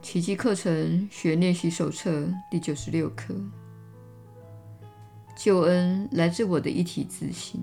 奇迹课程学练习手册第96课。救恩来自我的一体自信。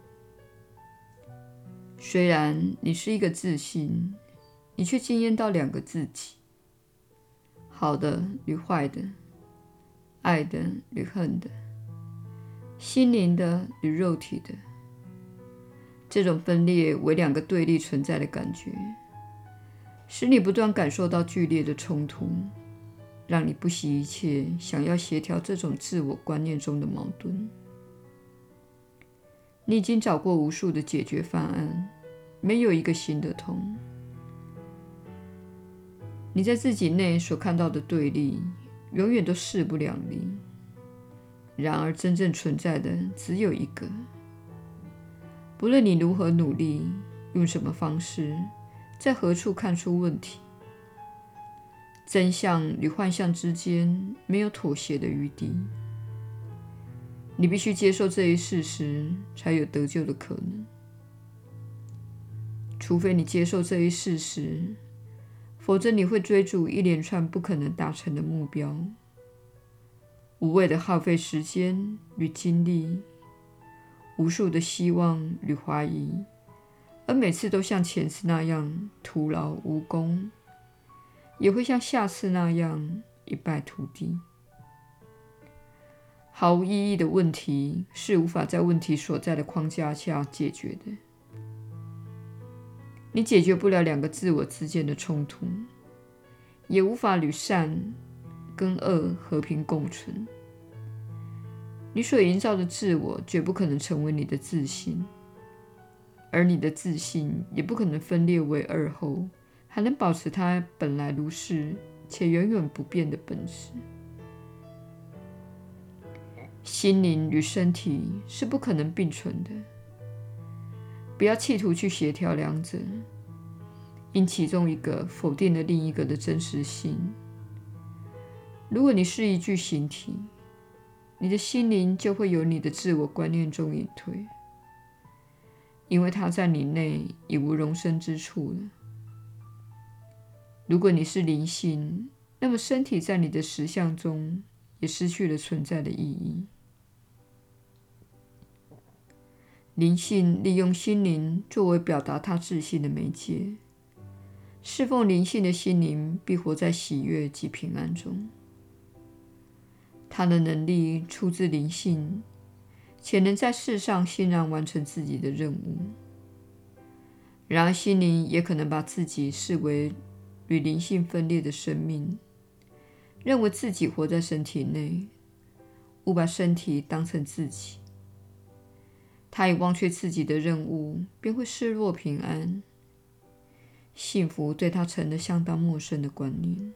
虽然你是一个自信，你却经验到两个自己：好的与坏的，爱的与恨的，心灵的与肉体的。这种分裂为两个对立存在的感觉，使你不断感受到剧烈的冲突，让你不惜一切想要协调这种自我观念中的矛盾。你已经找过无数的解决方案，没有一个行得通。你在自己内所看到的对立，永远都势不两立。然而真正存在的只有一个。不论你如何努力，用什么方式，在何处看出问题，真相与幻象之间没有妥协的余地。你必须接受这一事实，才有得救的可能。除非你接受这一事实，否则你会追逐一连串不可能达成的目标，无谓的耗费时间与精力，无数的希望与怀疑，而每次都像前次那样徒劳无功，也会像下次那样一败涂地。毫无意义的问题是无法在问题所在的框架下解决的。你解决不了两个自我之间的冲突，也无法与善跟恶和平共存。你所营造的自我绝不可能成为你的自信，而你的自信也不可能分裂为二后，还能保持它本来如是且永远不变的本质。心灵与身体是不可能并存的。不要企图去协调两者，因其中一个否定了另一个的真实性。如果你是一具形体，你的心灵就会由你的自我观念中隐退，因为它在你内已无容身之处了。如果你是灵性，那么身体在你的实相中也失去了存在的意义。灵性利用心灵作为表达它自信的媒介，侍奉灵性的心灵必活在喜悦及平安中。它的能力出自灵性，且能在世上欣然完成自己的任务。然而心灵也可能把自己视为与灵性分裂的生命，认为自己活在身体内，误把身体当成自己。他一忘却自己的任务，便会失落平安。幸福对他成了相当陌生的观念。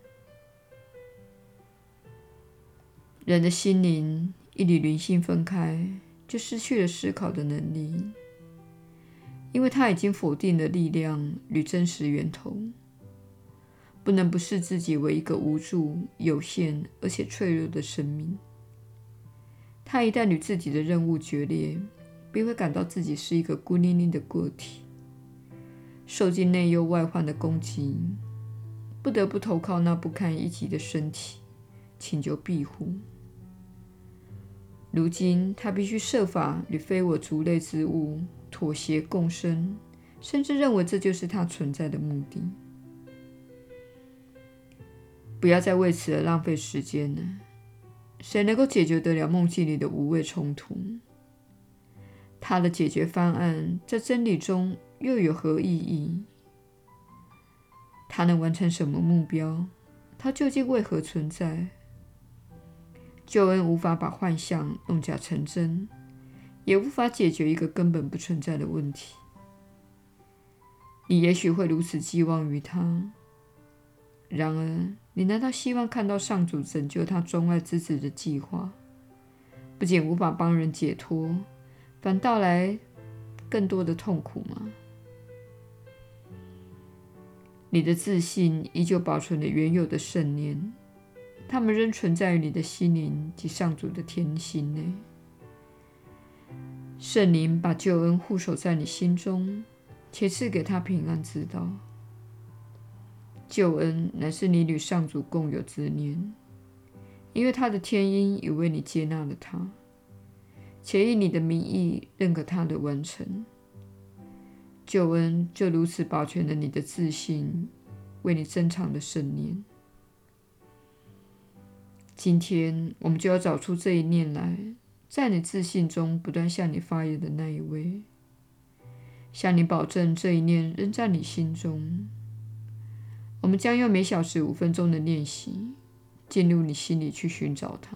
人的心灵一与灵性分开，就失去了思考的能力，因为他已经否定了力量与真实源头，不能不视自己为一个无助、有限而且脆弱的生命。他一旦与自己的任务决裂，便会感到自己是一个孤零零的个体，受尽内忧外患的攻击，不得不投靠那不堪一击的身体，请求庇护。如今他必须设法与非我族类之物妥协共生，甚至认为这就是他存在的目的。不要再为此而浪费时间了。谁能够解决得了梦境里的无谓冲突？他的解决方案在真理中又有何意义？他能完成什么目标？他究竟为何存在？救恩无法把幻象弄假成真，也无法解决一个根本不存在的问题。你也许会如此寄望于他，然而你难道希望看到上主拯救他钟爱之子的计划，不仅无法帮人解脱，反带来更多的痛苦吗？你的自信依旧保存了原有的圣念，它们仍存在于你的心灵及上主的天心内。圣灵把救恩护守在你心中，且赐给他平安之道。 救恩乃是你与上主共有之念，因为他的天鹰已为你接纳了他，且以你的名义认可他的完成。救恩就如此保全了你的自信，为你珍藏的圣念。今天我们就要找出这一念来，在你自信中不断向你发言的那一位，向你保证这一念仍在你心中。我们将用每小时5分钟的练习，进入你心里去寻找它。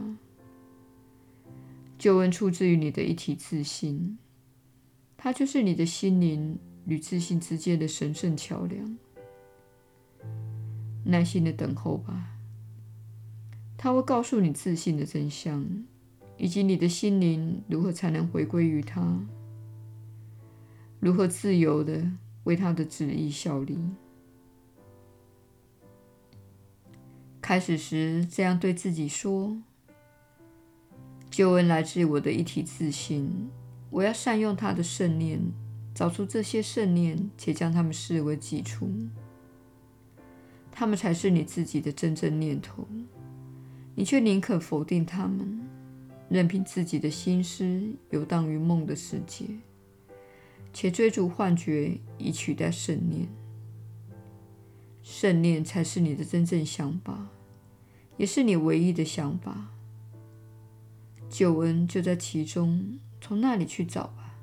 救恩出自于你的一体自信，它就是你的心灵与自信之间的神圣桥梁。耐心的等候吧，它会告诉你自信的真相，以及你的心灵如何才能回归于它，如何自由的为它的旨意效力。开始时，这样对自己说：救恩来自我的一体自信，我要善用它的圣念，找出这些圣念，且将它们视为己出。它们才是你自己的真正念头，你却宁可否定它们，任凭自己的心思游荡于梦的世界，且追逐幻觉以取代圣念。圣念才是你的真正想法，也是你唯一的想法。救恩就在其中，从那里去找吧。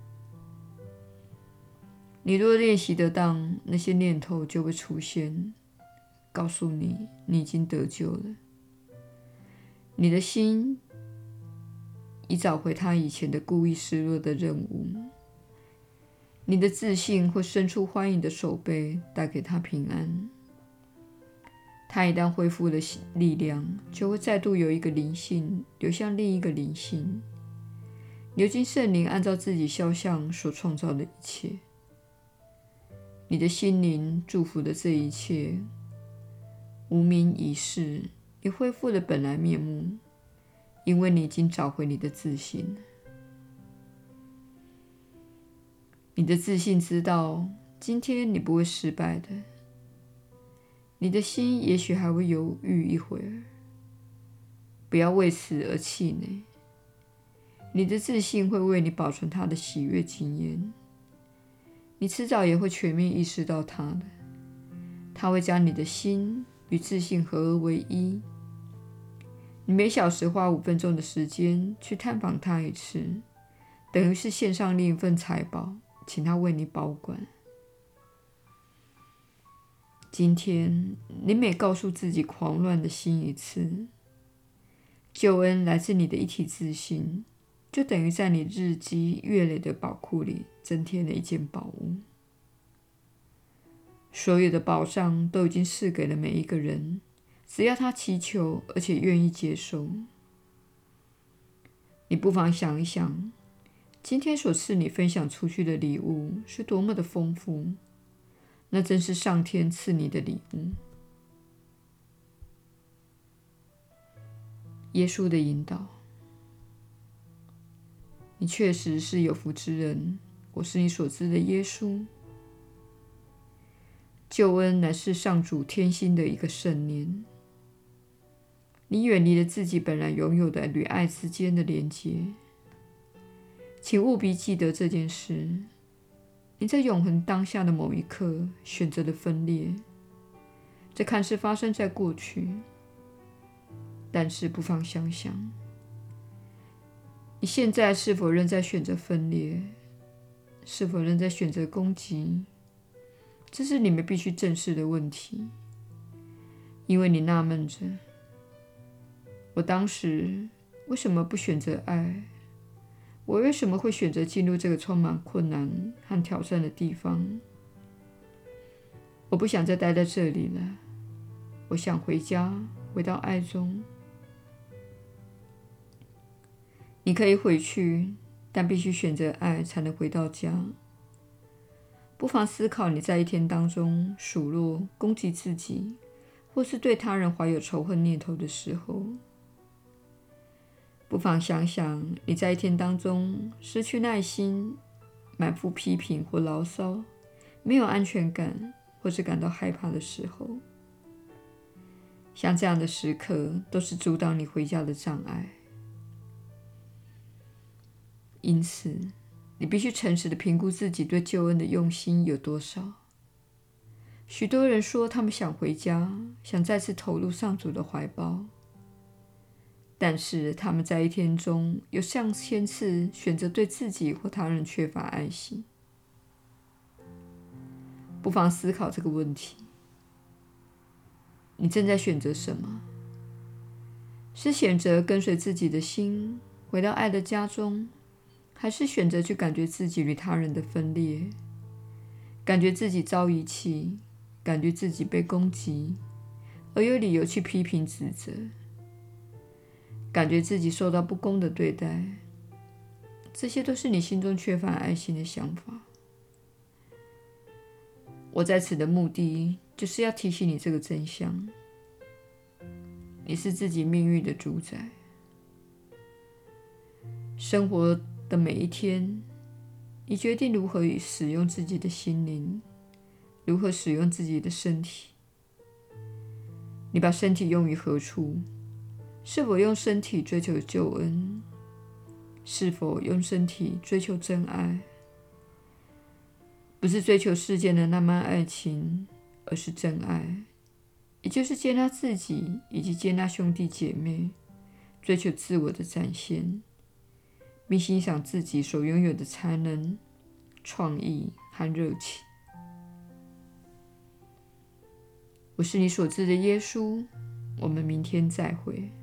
你若练习得当，那些念头就会出现，告诉你你已经得救了。你的心已找回它以前的故意失落的任务。你的自信会伸出欢迎的手背，带给他平安。他一旦恢复了力量，就会再度由一个灵性流向另一个灵性，流进圣灵按照自己肖像所创造的一切。你的心灵祝福的这一切，无名已逝，你恢复了本来面目，因为你已经找回你的自信了。你的自信知道，今天你不会失败的。你的心也许还会犹豫一会儿，不要为此而气馁。你的自信会为你保存它的喜悦经验，你迟早也会全面意识到它的。它会将你的心与自信合而为一。你每小时花5分钟的时间去探访它一次，等于是献上另一份财宝，请它为你保管。今天，你每告诉自己狂乱的心一次，救恩来自你的一体自信，就等于在你日积月累的宝库里增添了一件宝物。所有的宝藏都已经赐给了每一个人，只要他祈求而且愿意接受。你不妨想一想，今天所赐你分享出去的礼物是多么的丰富，那真是上天赐你的礼物。耶稣的引导，你确实是有福之人，我是你所知的耶稣。救恩乃是上主天心的一个圣念，你远离了自己本来拥有的与爱之间的连结。请务必记得这件事，你在永恒当下的某一刻选择了分裂，这看似发生在过去，但是不妨想想，你现在是否仍在选择分裂？是否仍在选择攻击？这是你们必须正视的问题，因为你纳闷着，我当时为什么不选择爱？我为什么会选择进入这个充满困难和挑战的地方？我不想再待在这里了，我想回家，回到爱中。你可以回去，但必须选择爱才能回到家。不妨思考你在一天当中数落、攻击自己，或是对他人怀有仇恨念头的时候。不妨想想你在一天当中失去耐心、满腹批评或牢骚、没有安全感，或是感到害怕的时候。 像这样的时刻都是阻挡你回家的障碍。因此，你必须诚实地评估自己对救恩的用心有多少。许多人说他们想回家，想再次投入上主的怀抱，但是他们在一天中有上千次选择对自己或他人缺乏爱心。不妨思考这个问题：你正在选择什么？是选择跟随自己的心，回到爱的家中，还是选择去感觉自己与他人的分裂，感觉自己遭遗弃，感觉自己被攻击，而有理由去批评指责，感觉自己受到不公的对待？这些都是你心中缺乏爱心的想法。我在此的目的，就是要提醒你这个真相：你是自己命运的主宰。生活的每一天，你决定如何使用自己的心灵，如何使用自己的身体。你把身体用于何处？是否用身体追求救恩？是否用身体追求真爱？不是追求世间的浪漫爱情，而是真爱，也就是接纳自己以及接纳兄弟姐妹，追求自我的展现，并欣赏自己所拥有的才能、创意和热情。我是你所知的耶稣，我们明天再会。